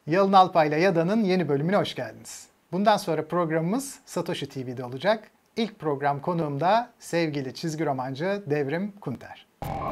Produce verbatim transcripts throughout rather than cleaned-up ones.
Yalın Alpay'la Yada'nın yeni bölümüne hoş geldiniz. Bundan sonra programımız Satoshi T V'de olacak. İlk program konuğum da sevgili çizgi romancı Devrim Kunter.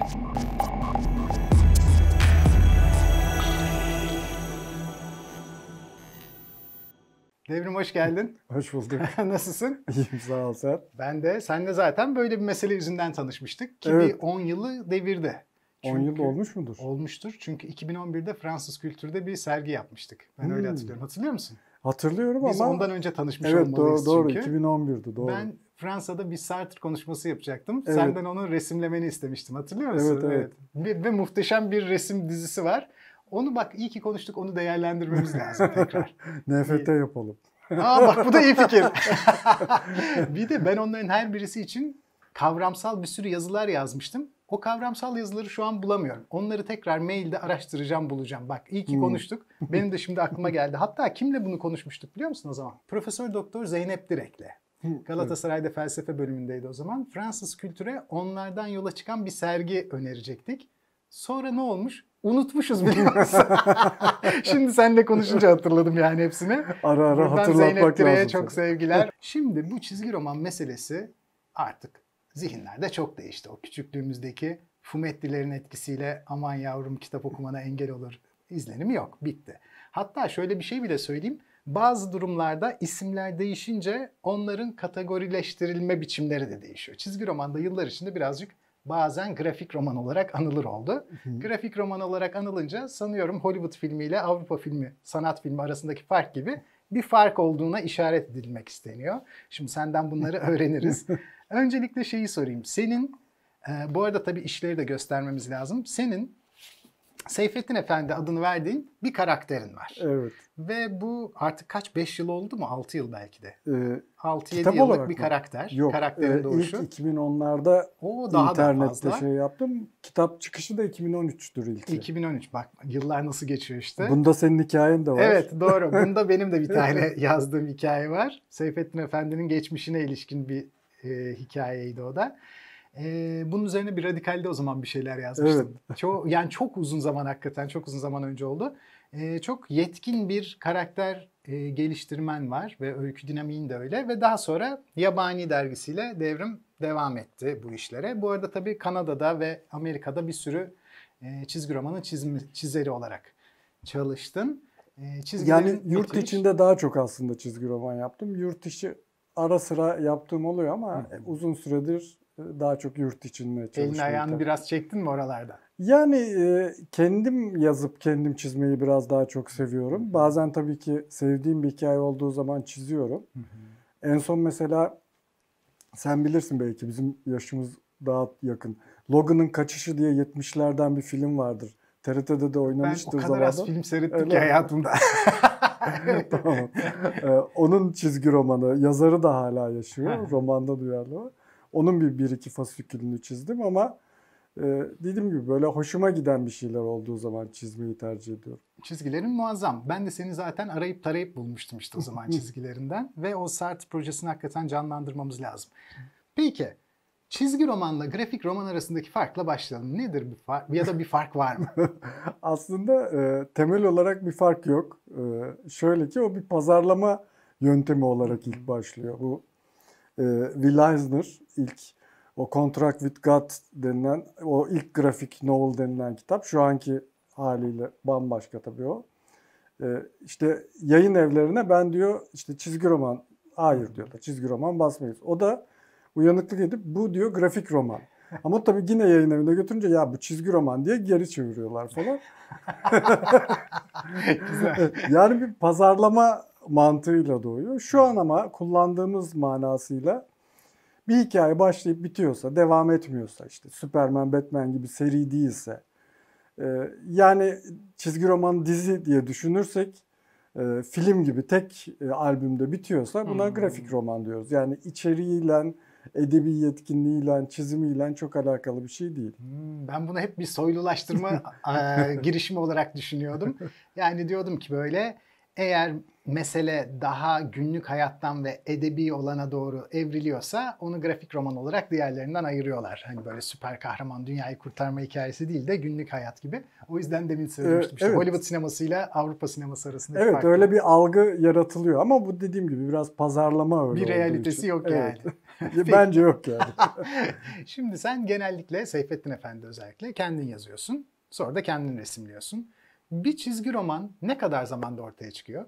Devrim hoş geldin. Hoş bulduk. Nasılsın? İyiyim, sağ ol sen. Ben de. Seninle zaten böyle bir mesele yüzünden tanışmıştık ki Evet. bir on yılı devirdi. on yıl olmuş mudur? Olmuştur. Çünkü iki bin on birde Fransız Kültür'de bir sergi yapmıştık. Ben hmm. öyle hatırlıyorum. Hatırlıyor musun? Hatırlıyorum Biz ama... Biz ondan önce tanışmış evet, olmalıyız doğru, çünkü. Doğru, iki bin on birdi doğru. Ben Fransa'da bir Sartre konuşması yapacaktım. Evet. Senden onu resimlemeni istemiştim. Hatırlıyor musun? Evet, evet. evet. Ve muhteşem bir resim dizisi var. Onu bak iyi ki konuştuk, onu değerlendirmemiz lazım tekrar. N F T yapalım. Aa bak bu da iyi fikir. Bir de ben onların her birisi için kavramsal bir sürü yazılar yazmıştım. O kavramsal yazıları şu an bulamıyorum. Onları tekrar mailde araştıracağım, bulacağım. Bak iyi ki hmm. konuştuk. Benim de şimdi aklıma geldi. Hatta kimle bunu konuşmuştuk biliyor musun o zaman? Profesör Doktor Zeynep Direk'le. Galatasaray'da felsefe bölümündeydi o zaman. Fransız kültüre onlardan yola çıkan bir sergi önerecektik. Sonra ne olmuş? Unutmuşuz biliyor musun? Şimdi seninle konuşunca hatırladım yani hepsini. Ara ara Buradan hatırlatmak Zeynep Direk'e lazım. çok sevgiler. Şimdi bu çizgi roman meselesi artık zihinlerde çok değişti. O küçüklüğümüzdeki Fumettilerin etkisiyle aman yavrum kitap okumana engel olur izlenimi yok. Bitti. Hatta şöyle bir şey bile söyleyeyim. Bazı durumlarda isimler değişince onların kategorileştirilme biçimleri de değişiyor. Çizgi romanda yıllar içinde birazcık bazen grafik roman olarak anılır oldu. Hı hı. Grafik roman olarak anılınca sanıyorum Hollywood filmiyle Avrupa filmi, sanat filmi arasındaki fark gibi bir fark olduğuna işaret edilmek isteniyor. Şimdi senden bunları öğreniriz. Öncelikle şeyi sorayım. Senin, e, bu arada tabii işleri de göstermemiz lazım. Senin Seyfettin Efendi adını verdiğin bir karakterin var. Evet. Ve bu artık kaç? beş yıl oldu mu? altı yıl belki de. Ee, altı yedi yıllık bir karakter. Yok. Karakterin e, doğuşu. İlk iki bin onlarda Oo, daha internette şey yaptım. Kitap çıkışı da iki bin on üçtür ilk. iki bin on üç. Bak yıllar nasıl geçiyor işte. Bunda senin hikayen de var. Evet doğru. Bunda benim de bir tane yazdığım hikaye var. Seyfettin Efendi'nin geçmişine ilişkin bir e, hikayeydi o da. Ee, bunun üzerine bir Radikal'de o zaman bir şeyler yazmıştım. Evet. Çok, yani çok uzun zaman hakikaten çok uzun zaman önce oldu. Ee, çok yetkin bir karakter e, geliştirmen var ve öykü dinamiğin de öyle. Ve daha sonra Yabani dergisiyle Devrim devam etti bu işlere. Bu arada tabii Kanada'da ve Amerika'da bir sürü e, çizgi romanın çizmi, çizeri olarak çalıştın. E, yani yurt bitmiş. içinde daha çok aslında çizgi roman yaptım. Yurt içi ara sıra yaptığım oluyor ama Hı. uzun süredir daha çok yurt içinde çalışmayı. Elini ayağını tabii. biraz çektin mi oralarda? Yani e, kendim yazıp kendim çizmeyi biraz daha çok seviyorum. Hı-hı. Bazen tabii ki sevdiğim bir hikaye olduğu zaman çiziyorum. Hı-hı. En son mesela sen bilirsin belki bizim yaşımız daha yakın. Logan'ın Kaçışı diye yetmişlerden bir film vardır. T R T'de de oynamıştır zamanında. Ben o kadar zamanında. az film seyrettim ki hayatımda. Tamam. Ee, onun çizgi romanı. Yazarı da hala yaşıyor. Romanda duyarlı. Onun bir, bir iki fasikülünü çizdim ama e, dediğim gibi böyle hoşuma giden bir şeyler olduğu zaman çizmeyi tercih ediyorum. Çizgilerin muazzam. Ben de seni zaten arayıp tarayıp bulmuştum işte o zaman çizgilerinden. Ve o Sartre projesini hakikaten canlandırmamız lazım. Peki çizgi romanla grafik roman arasındaki farkla başlayalım. Nedir bir fark ya da bir fark var mı? Aslında e, temel olarak bir fark yok. E, şöyle ki o bir pazarlama yöntemi olarak ilk başlıyor. Bu Will Eisner ilk o Contract with God denilen o ilk grafik novel denilen kitap şu anki haliyle bambaşka tabii o. Ee, işte yayın evlerine ben diyor işte çizgi roman hayır diyorlar çizgi roman basmayız. O da uyanıklık edip bu diyor grafik roman. Ama tabii yine yayın evine götürünce ya bu çizgi roman diye geri çeviriyorlar falan. Güzel. Yani bir pazarlama mantığıyla doğuyor. Şu an ama kullandığımız manasıyla bir hikaye başlayıp bitiyorsa, devam etmiyorsa işte Superman, Batman gibi seri değilse yani çizgi roman dizi diye düşünürsek film gibi tek albümde bitiyorsa buna hmm. grafik roman diyoruz. Yani içeriğiyle, edebi yetkinliğiyle, çizimiyle çok alakalı bir şey değil. Hmm, ben bunu hep bir soylulaştırma e, girişimi olarak düşünüyordum. Yani diyordum ki böyle Eğer mesele daha günlük hayattan ve edebi olana doğru evriliyorsa onu grafik roman olarak diğerlerinden ayırıyorlar. Hani böyle süper kahraman dünyayı kurtarma hikayesi değil de günlük hayat gibi. O yüzden demin söylemiştim işte evet. Hollywood sinemasıyla Avrupa sineması arasındaki Evet, fark. öyle bir algı yaratılıyor ama bu dediğim gibi biraz pazarlama öyle Bir olduğu realitesi için. yok Evet. yani. Bence yok yani. Şimdi sen genellikle Seyfettin Efendi özellikle kendin yazıyorsun. Sonra da kendin resimliyorsun. Bir çizgi roman ne kadar zamanda ortaya çıkıyor?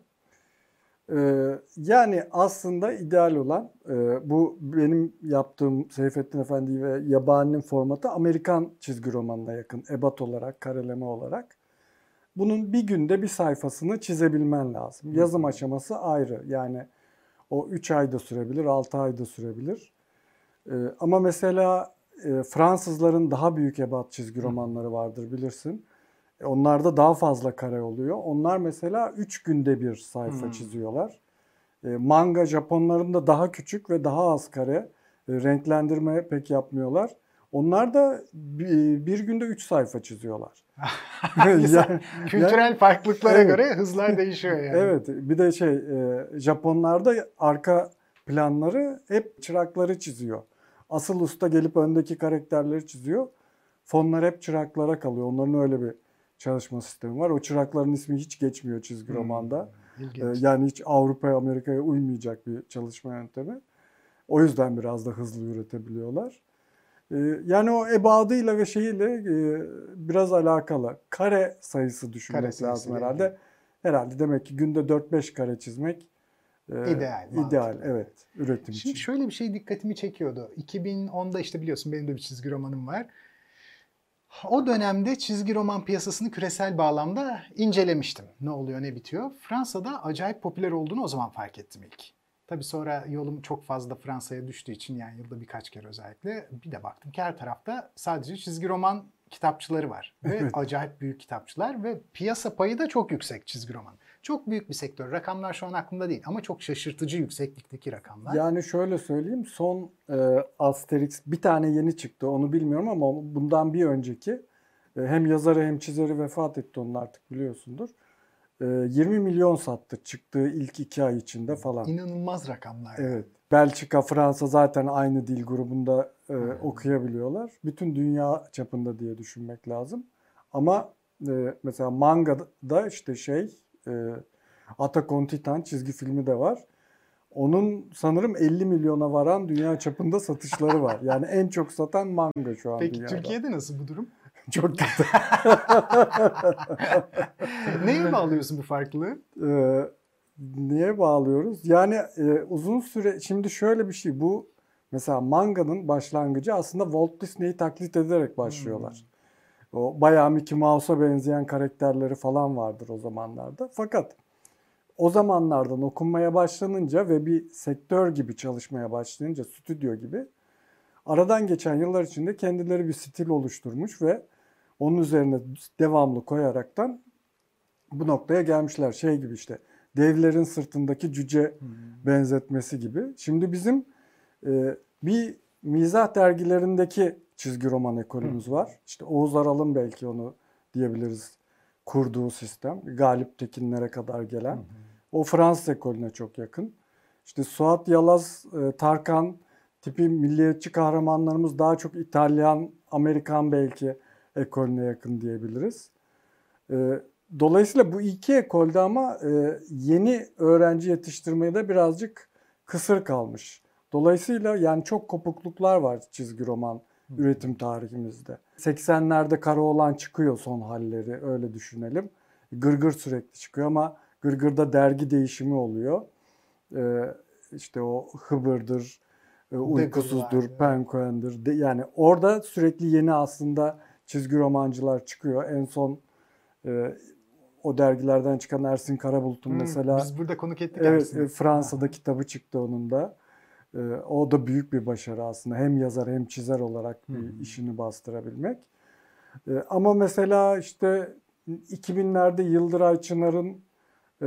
Ee, yani aslında ideal olan e, bu benim yaptığım Seyfettin Efendi ve Yabani'nin formatı Amerikan çizgi romanına yakın. Ebat olarak, kareleme olarak. Bunun bir günde bir sayfasını çizebilmen lazım. Yazım aşaması ayrı. Yani o üç ayda sürebilir, altı ayda sürebilir. Ee, ama mesela e, Fransızların daha büyük ebat çizgi romanları vardır bilirsin. E, onlarda daha fazla kare oluyor. Onlar mesela üç günde bir sayfa Hmm. çiziyorlar. E, manga Japonların da daha küçük ve daha az kare. E, renklendirme pek yapmıyorlar. Onlar da bir, bir günde üç sayfa çiziyorlar. yani, kültürel yani, farklılıklara evet. göre hızlar değişiyor yani. Evet, bir de şey e, Japonlarda arka planları hep çırakları çiziyor. Asıl usta gelip öndeki karakterleri çiziyor. Fonlar hep çıraklara kalıyor. Onların öyle bir çalışma sistemi var. O çırakların ismi hiç geçmiyor çizgi hmm, romanda. Ee, yani hiç Avrupa'ya, Amerika'ya uymayacak bir çalışma yöntemi. O yüzden biraz da hızlı üretebiliyorlar. Ee, yani o ebadıyla ve şeyiyle e, biraz alakalı. Kare sayısı düşünmek kare sayısı lazım herhalde. Yani. Herhalde demek ki günde dört beş kare çizmek e, ideal. İdeal, mantıklı. Evet, üretim Şimdi için. Şimdi şöyle bir şey dikkatimi çekiyordu. iki bin onda işte biliyorsun benim de bir çizgi romanım var. O dönemde çizgi roman piyasasını küresel bağlamda incelemiştim. Ne oluyor, ne bitiyor. Fransa'da acayip popüler olduğunu o zaman fark ettim ilk. Tabii sonra yolum çok fazla Fransa'ya düştüğü için yani yılda birkaç kere özellikle bir de baktım ki her tarafta sadece çizgi roman kitapçıları var. Ve evet. acayip büyük kitapçılar ve piyasa payı da çok yüksek çizgi roman. Çok büyük bir sektör. Rakamlar şu an aklımda değil ama çok şaşırtıcı yükseklikteki rakamlar. Yani şöyle söyleyeyim, son e, Asterix bir tane yeni çıktı, onu bilmiyorum ama bundan bir önceki e, hem yazarı hem çizeri vefat etti, onun artık biliyorsundur. E, yirmi milyon sattı çıktığı ilk iki ay içinde falan. İnanılmaz rakamlar. Evet. Yani. Belçika, Fransa zaten aynı dil grubunda e, hmm. okuyabiliyorlar. Bütün dünya çapında diye düşünmek lazım. Ama e, mesela mangada işte şey e, Attack on Titan çizgi filmi de var. Onun sanırım elli milyona varan dünya çapında satışları var. Yani en çok satan manga şu an Peki, dünyada. Peki Türkiye'de nasıl bu durum? Çok kötü. Neye bağlıyorsun bu farklılığı? Ee, niye bağlıyoruz? Yani e, uzun süre, şimdi şöyle bir şey, bu mesela manganın başlangıcı aslında Walt Disney'i taklit ederek başlıyorlar. Hmm. O bayağı Mickey Mouse'a benzeyen karakterleri falan vardır o zamanlarda. Fakat o zamanlardan okunmaya başlanınca ve bir sektör gibi çalışmaya başlayınca, stüdyo gibi, aradan geçen yıllar içinde kendileri bir stil oluşturmuş ve onun üzerine devamlı koyaraktan bu noktaya gelmişler. Şey gibi işte, devlerin sırtındaki cüce hmm. benzetmesi gibi. Şimdi bizim e, bir mizah dergilerindeki çizgi roman ekolümüz hmm. var. İşte Oğuz Aral'ın belki onu diyebiliriz kurduğu sistem. Galip Tekinlere kadar gelen. Hmm. O Fransız ekolüne çok yakın. İşte Suat Yalaz, Tarkan tipi milliyetçi kahramanlarımız daha çok İtalyan, Amerikan belki ekolüne yakın diyebiliriz. Dolayısıyla bu iki ekolde ama yeni öğrenci yetiştirmeye de birazcık kısır kalmış. Dolayısıyla yani çok kopukluklar var çizgi roman üretim tarihimizde. seksenlerde Karaoğlan çıkıyor son halleri, öyle düşünelim. Gırgır sürekli çıkıyor ama Gırgır'da dergi değişimi oluyor. Ee, işte o Hıbır'dır, e, Uykusuzdur, Penguen'dir. De, yani orada sürekli yeni aslında çizgi romancılar çıkıyor. En son e, o dergilerden çıkan Ersin Karabulut'un hmm, mesela. Biz burada konuk ettik evet, Ersin'i. Fransa'da Aha. kitabı çıktı onun da. E, o da büyük bir başarı aslında. Hem yazar hem çizer olarak bir hmm. işini bastırabilmek. E, ama mesela işte iki binlerde Yıldıray Çınar'ın Ee,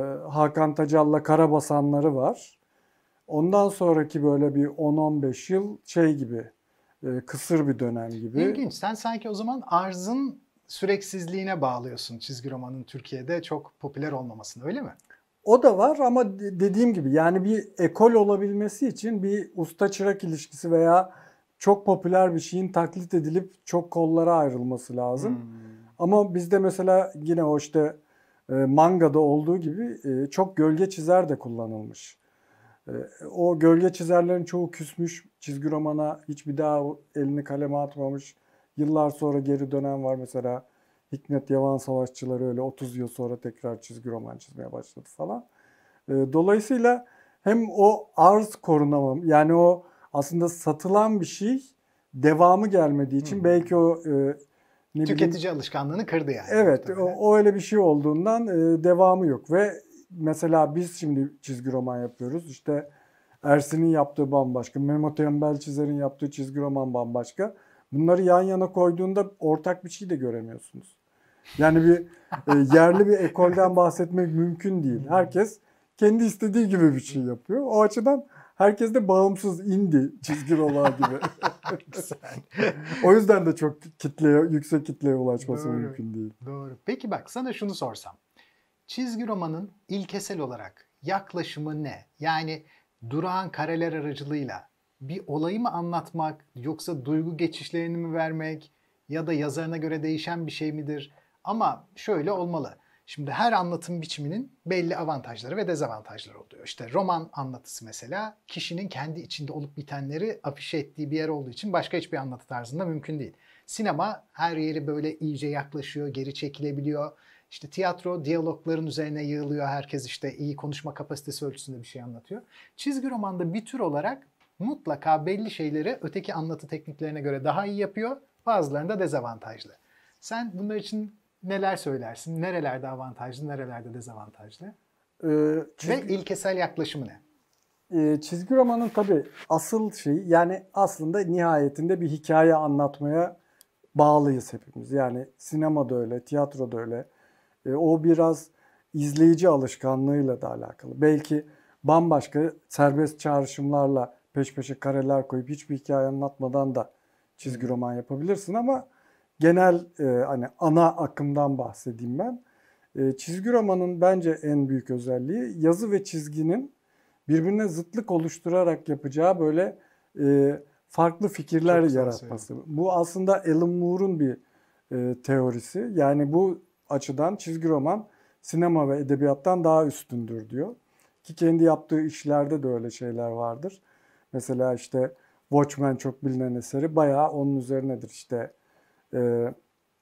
Hakan Tacal'la Karabasanları var. Ondan sonraki böyle bir on on beş yıl şey gibi, e, kısır bir dönem gibi. İlginç. Sen sanki o zaman arzın süreksizliğine bağlıyorsun çizgi romanın Türkiye'de çok popüler olmamasını, öyle mi? O da var ama dediğim gibi yani bir ekol olabilmesi için bir usta çırak ilişkisi veya çok popüler bir şeyin taklit edilip çok kollara ayrılması lazım. Hmm. Ama bizde mesela yine o işte e, mangada olduğu gibi e, çok gölge çizer de kullanılmış. E, o gölge çizerlerin çoğu küsmüş, çizgi romana hiçbir daha elini kaleme atmamış. Yıllar sonra geri dönen var mesela. Hikmet Yavan Savaşçıları öyle otuz yıl sonra tekrar çizgi roman çizmeye başladı falan. Dolayısıyla hem o arz korunamam, yani o aslında satılan bir şey devamı gelmediği için hmm. belki o e, ne tüketici bileyim, alışkanlığını kırdı yani. Evet, o, o öyle bir şey olduğundan e, devamı yok ve mesela biz şimdi çizgi roman yapıyoruz. İşte Ersin'in yaptığı bambaşka, Mehmet Tembel Çizer'in yaptığı çizgi roman bambaşka. Bunları yan yana koyduğunda ortak bir şey de göremiyorsunuz. Yani bir e, yerli bir ekolden bahsetmek mümkün değil. Herkes kendi istediği gibi bir şey yapıyor. O açıdan herkes de bağımsız indie çizgi roman gibi. O yüzden de çok kitleye, yüksek kitleye ulaşması doğru, mümkün değil. Doğru. Peki bak sana şunu sorsam. Çizgi romanın ilkesel olarak yaklaşımı ne? Yani durağan kareler aracılığıyla bir olayı mı anlatmak, yoksa duygu geçişlerini mi vermek ya da yazarına göre değişen bir şey midir? Ama şöyle olmalı. Şimdi her anlatım biçiminin belli avantajları ve dezavantajları oluyor. İşte roman anlatısı mesela kişinin kendi içinde olup bitenleri afişe ettiği bir yer olduğu için başka hiçbir anlatı tarzında mümkün değil. Sinema her yeri böyle iyice yaklaşıyor, geri çekilebiliyor. İşte tiyatro diyalogların üzerine yığılıyor. Herkes işte iyi konuşma kapasitesi ölçüsünde bir şey anlatıyor. Çizgi romanda bir tür olarak mutlaka belli şeyleri öteki anlatı tekniklerine göre daha iyi yapıyor. Bazılarında dezavantajlı. Sen bunlar için neler söylersin? Nerelerde avantajlı, nerelerde dezavantajlı? Ee, çizgi... Ve ilkesel yaklaşımı ne? Ee, çizgi romanın tabii asıl şeyi, yani aslında nihayetinde bir hikaye anlatmaya bağlıyız hepimiz. Yani sinemada öyle, tiyatroda öyle. Ee, o biraz izleyici alışkanlığıyla da alakalı. Belki bambaşka serbest çağrışımlarla peş peşe kareler koyup hiçbir hikaye anlatmadan da çizgi hmm. roman yapabilirsin ama genel e, hani ana akımdan bahsedeyim ben. E, çizgi romanın bence en büyük özelliği yazı ve çizginin birbirine zıtlık oluşturarak yapacağı böyle e, farklı fikirler çok yaratması. Bu aslında Alan Moore'un bir e, teorisi. Yani bu açıdan çizgi roman sinema ve edebiyattan daha üstündür diyor. Ki kendi yaptığı işlerde de öyle şeyler vardır. Mesela işte Watchmen çok bilinen eseri bayağı onun üzerinedir. İşte e,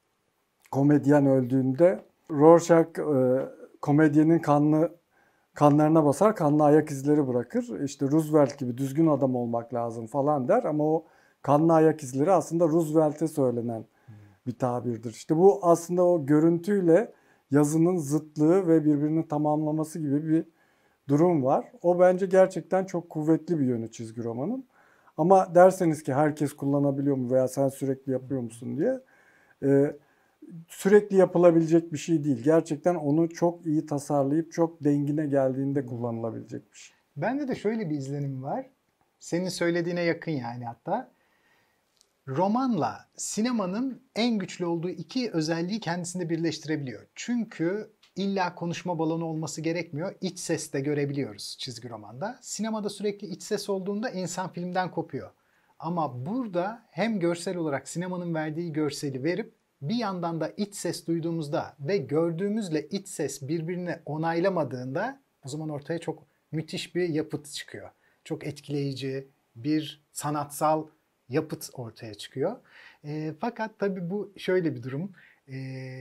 komedyen öldüğünde Rorschach e, komedyenin kanlı kanlarına basar, kanlı ayak izleri bırakır. İşte Roosevelt gibi düzgün adam olmak lazım falan der ama o kanlı ayak izleri aslında Roosevelt'e söylenen bir tabirdir. İşte bu aslında o görüntüyle yazının zıtlığı ve birbirini tamamlaması gibi bir durum var. O bence gerçekten çok kuvvetli bir yönü çizgi romanın. Ama derseniz ki herkes kullanabiliyor mu veya sen sürekli yapıyor musun diye e, sürekli yapılabilecek bir şey değil. Gerçekten onu çok iyi tasarlayıp çok dengine geldiğinde kullanılabilecek bir şey. Bende de şöyle bir izlenim var. Senin söylediğine yakın yani hatta. Romanla sinemanın en güçlü olduğu iki özelliği kendisinde birleştirebiliyor. Çünkü illa konuşma balonu olması gerekmiyor. İç ses de görebiliyoruz çizgi romanda. Sinemada sürekli iç ses olduğunda insan filmden kopuyor. Ama burada hem görsel olarak sinemanın verdiği görseli verip bir yandan da iç ses duyduğumuzda ve gördüğümüzle iç ses birbirini onaylamadığında o zaman ortaya çok müthiş bir yapıt çıkıyor. Çok etkileyici bir sanatsal yapıt ortaya çıkıyor. E, fakat tabii bu şöyle bir durum. E,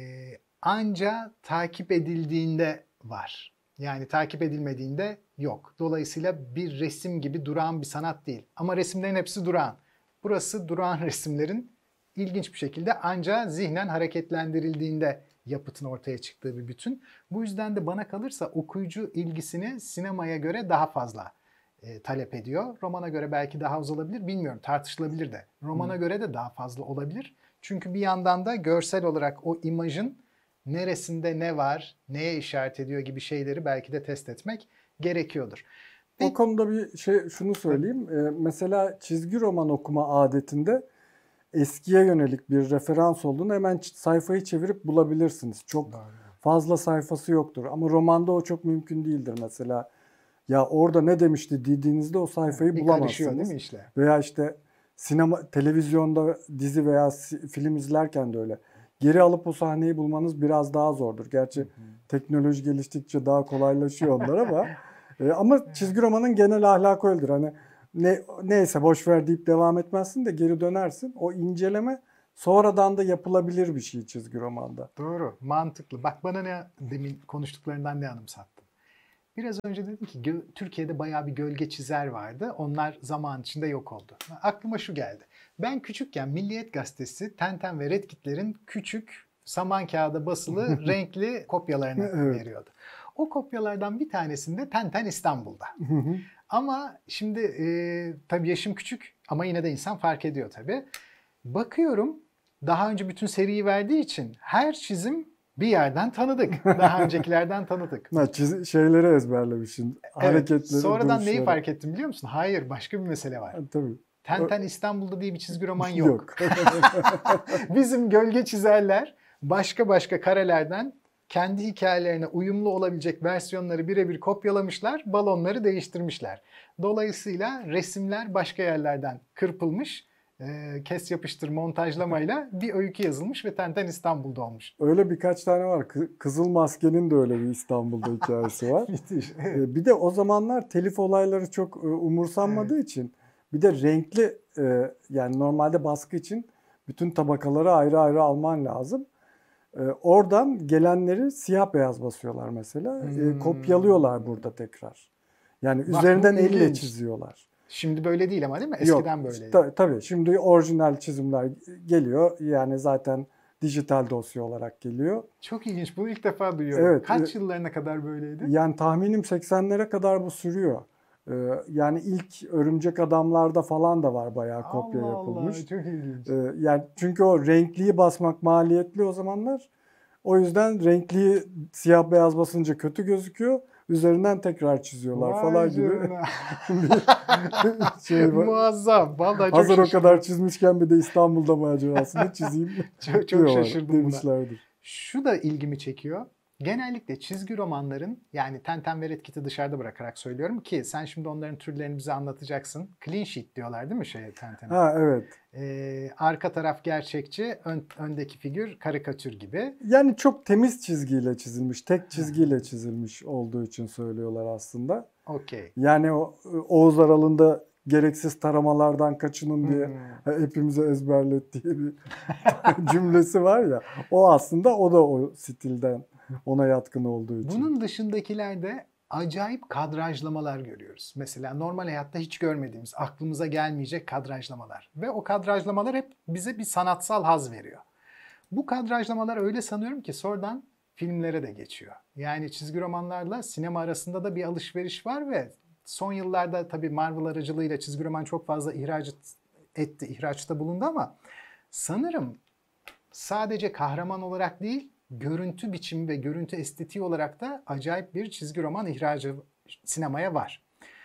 anca takip edildiğinde var. Yani takip edilmediğinde yok. Dolayısıyla bir resim gibi durağan bir sanat değil. Ama resimlerin hepsi durağan. Burası durağan resimlerin ilginç bir şekilde anca zihnen hareketlendirildiğinde yapıtın ortaya çıktığı bir bütün. Bu yüzden de bana kalırsa okuyucu ilgisini sinemaya göre daha fazla e, talep ediyor. Romana göre belki daha az olabilir, bilmiyorum, tartışılabilir de. Romana hmm. göre de daha fazla olabilir. Çünkü bir yandan da görsel olarak o imajın neresinde ne var, neye işaret ediyor gibi şeyleri belki de test etmek gerekiyordur. O konuda bir şey şunu söyleyeyim. Ee, mesela çizgi roman okuma adetinde eskiye yönelik bir referans olduğunu hemen sayfayı çevirip bulabilirsiniz. Çok Doğru. fazla sayfası yoktur ama romanda o çok mümkün değildir mesela. Ya orada ne demişti dediğinizde o sayfayı bir bulamazsınız. karışıyor değil mi işler? Veya işte sinema, televizyonda dizi veya film izlerken de öyle. Geri alıp o sahneyi bulmanız biraz daha zordur. Gerçi hı hı. teknoloji geliştikçe daha kolaylaşıyor onlar ama e, ama çizgi romanın genel ahlakı öyledir. Hani ne neyse boş ver deyip devam etmezsin de geri dönersin. O inceleme sonradan da yapılabilir bir şey çizgi romanda. Doğru, mantıklı. Bak bana ne demin konuştuklarından ne anımsattın. Biraz önce dedim ki Türkiye'de bayağı bir gölge çizer vardı. Onlar zaman içinde yok oldu. Aklıma şu geldi. Ben küçükken Milliyet Gazetesi Tenten ve Red Kit'lerin küçük saman kağıda basılı renkli kopyalarını evet. veriyordu. O kopyalardan bir tanesinde Tenten İstanbul'da. Ama şimdi e, tabii yaşım küçük ama yine de insan fark ediyor tabii. Bakıyorum daha önce bütün seriyi verdiği için her çizim bir yerden tanıdık. Daha öncekilerden tanıdık. Ha, çiz- şeyleri ezberlemişsin. Evet, hareketleri, sonradan duruşları. neyi fark ettim biliyor musun? Hayır, başka bir mesele var. Ha, tabii. Tenten İstanbul'da diye bir çizgi roman yok. yok. Bizim gölge çizerler başka başka karelerden kendi hikayelerine uyumlu olabilecek versiyonları birebir kopyalamışlar, balonları değiştirmişler. Dolayısıyla resimler başka yerlerden kırpılmış, kes yapıştır montajlamayla bir öykü yazılmış ve Tenten İstanbul'da olmuş. Öyle birkaç tane var. Kızıl Maske'nin de öyle bir İstanbul'da hikayesi var. Müthiş. Bir de o zamanlar telif olayları çok umursanmadığı evet. için bir de renkli yani normalde baskı için bütün tabakaları ayrı ayrı alman lazım. Oradan gelenleri siyah beyaz basıyorlar mesela. Hmm. Kopyalıyorlar burada tekrar. Yani Bak, üzerinden elle çiziyorlar. Şimdi böyle değil ama değil mi? Eskiden Yok, böyleydi. Ta- tabii. Şimdi orijinal çizimler geliyor. Yani zaten dijital dosya olarak geliyor. Çok ilginç. Bunu ilk defa duyuyorum. Evet. Kaç yıllarına kadar böyleydi? Yani tahminim seksenlere kadar bu sürüyor. Ee, yani ilk Örümcek Adamlar'da falan da var bayağı kopya Allah yapılmış. Allah, çok ilginç. Ee, yani çünkü o renkliyi basmak maliyetli o zamanlar. O yüzden renkliyi siyah beyaz basınca kötü gözüküyor. Üzerinden tekrar çiziyorlar Vay falan gibi. şey Muazzam. Vallahi çok Hazır şaşırdım. o kadar çizmişken bir de İstanbul'da macerasını çizeyim. çok çok şaşırdım demişlerdir. Şu da ilgimi çekiyor. Genellikle çizgi romanların yani Tenten ve Red Kit'i dışarıda bırakarak söylüyorum ki sen şimdi onların türlerini bize anlatacaksın. Clean sheet diyorlar değil mi şeye Tenten'e? Ha evet. Ee, arka taraf gerçekçi, ön, öndeki figür karikatür gibi. Yani çok temiz çizgiyle çizilmiş, tek çizgiyle çizilmiş olduğu için söylüyorlar aslında. Okey. Yani o Oğuz Aral'ın gereksiz taramalardan kaçının diye hmm. hepimize ezberlettiği bir cümlesi var ya. O aslında o da o stilden ona yatkın olduğu için. Bunun dışındakilerde acayip kadrajlamalar görüyoruz. Mesela normal hayatta hiç görmediğimiz, aklımıza gelmeyecek kadrajlamalar. Ve o kadrajlamalar hep bize bir sanatsal haz veriyor. Bu kadrajlamalar öyle sanıyorum ki sonradan filmlere de geçiyor. Yani çizgi romanlarla sinema arasında da bir alışveriş var ve son yıllarda tabii Marvel aracılığıyla çizgi roman çok fazla ihraç etti, ihraçta bulundu ama sanırım sadece kahraman olarak değil, görüntü biçimi ve görüntü estetiği olarak da acayip bir çizgi roman ihracı sinemaya var.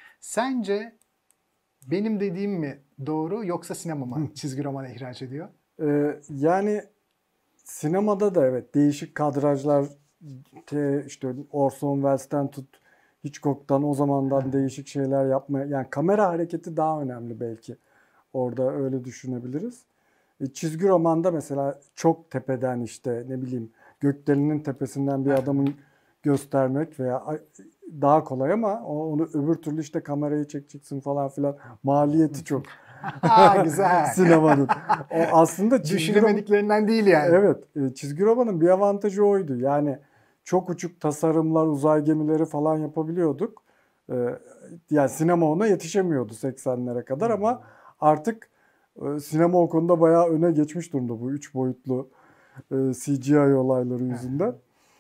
Sence benim dediğim mi doğru yoksa sinema mı çizgi romana ihraç ediyor? Ee, yani sinemada da evet değişik kadrajlar te, işte Orson Welles'ten tut Hitchcock'tan o zamandan değişik şeyler yapmaya yani kamera hareketi daha önemli belki. Orada öyle düşünebiliriz. E, çizgi romanda mesela çok tepeden işte ne bileyim gökdelenin tepesinden bir adamın göstermek veya daha kolay ama onu öbür türlü işte kamerayı çekeceksin falan filan maliyeti çok. Ha, güzel. Sinemanın. O aslında düşünemediklerinden değil yani. Evet, çizgi romanın bir avantajı oydu. Yani çok uçuk tasarımlar, uzay gemileri falan yapabiliyorduk. Yani sinema ona yetişemiyordu seksenlere kadar hmm. ama artık sinema o konuda bayağı öne geçmiş durumda bu üç boyutlu C G I olayları yüzünden.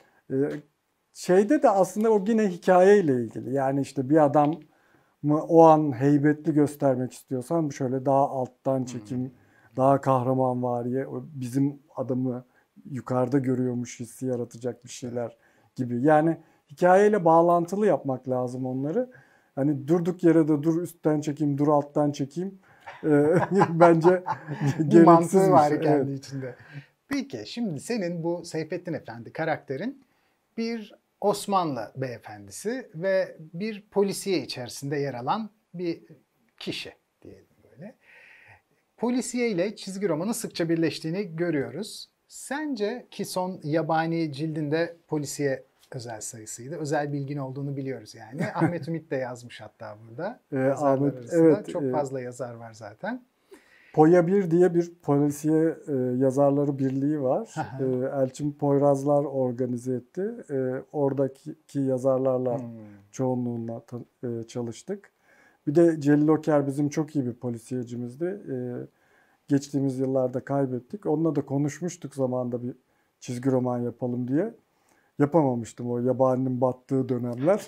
Şeyde de aslında o yine hikayeyle ilgili. Yani işte bir adam mı o an heybetli göstermek istiyorsan şöyle daha alttan çekim, hmm. daha kahramanvari, bizim adamı yukarıda görüyormuş hissi yaratacak bir şeyler gibi. Yani hikayeyle bağlantılı yapmak lazım onları. Hani durduk yere de dur üstten çekeyim, dur alttan çekeyim. e, bence Bir gereksiz mantığı bir var şey. kendi Evet. içinde. Peki şimdi senin bu Seyfettin Efendi karakterin bir Osmanlı beyefendisi ve bir polisiye içerisinde yer alan bir kişi diyelim böyle. Polisiye ile çizgi romanın sıkça birleştiğini görüyoruz. Sence ki son yabani cildinde polisiye özel sayısıydı. Özel bilgin olduğunu biliyoruz yani. Ahmet Ümit de yazmış hatta burada. E, Yazarlar Ahmet, arasında. evet. Çok e, fazla yazar var zaten. Poya bir diye bir polisiye e, yazarları birliği var. E, Elçin Poyrazlar organize etti. E, oradaki yazarlarla Hmm. çoğunluğunla ta- e, çalıştık. Bir de Celil Oker bizim çok iyi bir polisiyecimizdi. E, geçtiğimiz yıllarda kaybettik. Onunla da konuşmuştuk zamanında bir çizgi roman yapalım diye. Yapamamıştım o yabaninin battığı dönemler.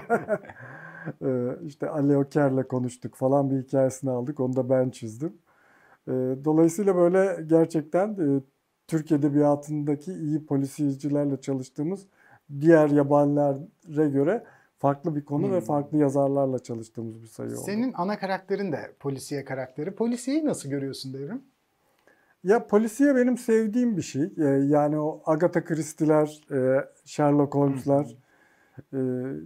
e, işte Ali Oker'le konuştuk falan, bir hikayesini aldık. Onu da ben çizdim. Dolayısıyla böyle gerçekten e, Türk Edebiyatı'ndaki iyi polisiyecilerle çalıştığımız, diğer yabanilere göre farklı bir konu Hmm. ve farklı yazarlarla çalıştığımız bir sayı oldu. Senin ana karakterin de polisiye karakteri. Polisiyeyi nasıl görüyorsun Devrim? Ya polisiye benim sevdiğim bir şey. E, Yani o Agatha Christie'ler, e, Sherlock Holmes'lar, e,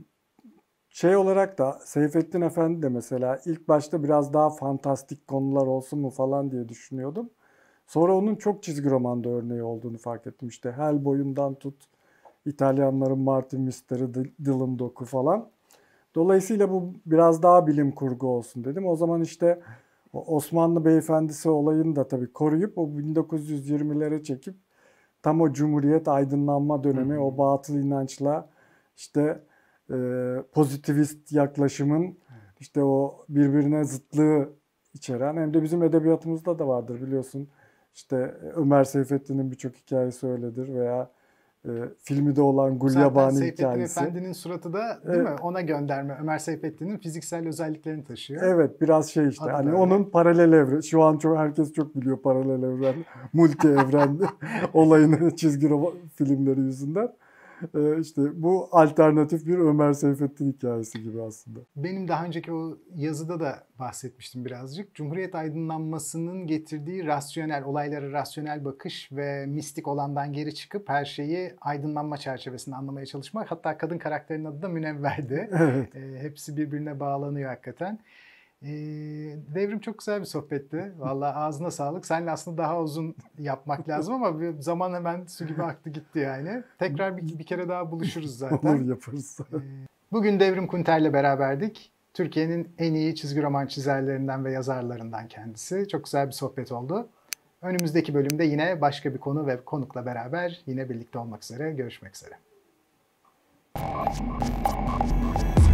şey olarak da Seyfettin Efendi de mesela ilk başta biraz daha fantastik konular olsun mu falan diye düşünüyordum. Sonra onun çok çizgi romanda örneği olduğunu fark ettim. İşte Hellboy'undan tut, İtalyanların Martin Mysteri, Dylan Dog'u falan. Dolayısıyla bu biraz daha bilim kurgu olsun dedim. O zaman işte o Osmanlı beyefendisi olayını da tabii koruyup o bin dokuz yüz yirmilere çekip tam o Cumhuriyet aydınlanma dönemi, Hı hı. o batıl inançla işte e, pozitivist yaklaşımın işte o birbirine zıtlığı içeren, hem de bizim edebiyatımızda da vardır biliyorsun. İşte Ömer Seyfettin'in birçok hikayesi öyledir veya e, filmi de olan Zaten Gulyabani Seyfettin hikayesi. Efendi'nin suratı da değil mi? Ona gönderme. Ömer Seyfettin'in fiziksel özelliklerini taşıyor. Evet, biraz şey işte Adı hani da öyle. onun paralel evren. Şu an çok herkes çok biliyor paralel evren, multi evren olayını çizgi roman filmleri yüzünden. Ee, işte bu alternatif bir Ömer Seyfettin hikayesi gibi aslında. Benim daha önceki o yazıda da bahsetmiştim birazcık. Cumhuriyet aydınlanmasının getirdiği rasyonel, olaylara rasyonel bakış ve mistik olandan geri çıkıp her şeyi aydınlanma çerçevesinde anlamaya çalışmak. Hatta kadın karakterinin adı da Münevver'di. Evet. E, hepsi birbirine bağlanıyor hakikaten. E, Devrim çok güzel bir sohbetti. Vallahi ağzına sağlık. Seninle aslında daha uzun yapmak lazım ama bir zaman hemen su gibi aktı gitti yani. Tekrar bir, bir kere daha buluşuruz zaten. Olur, yaparız. Bugün Devrim Kunter'le beraberdik. Türkiye'nin en iyi çizgi roman çizerlerinden ve yazarlarından kendisi. Çok güzel bir sohbet oldu. Önümüzdeki bölümde yine başka bir konu ve konukla beraber yine birlikte olmak üzere. Görüşmek üzere.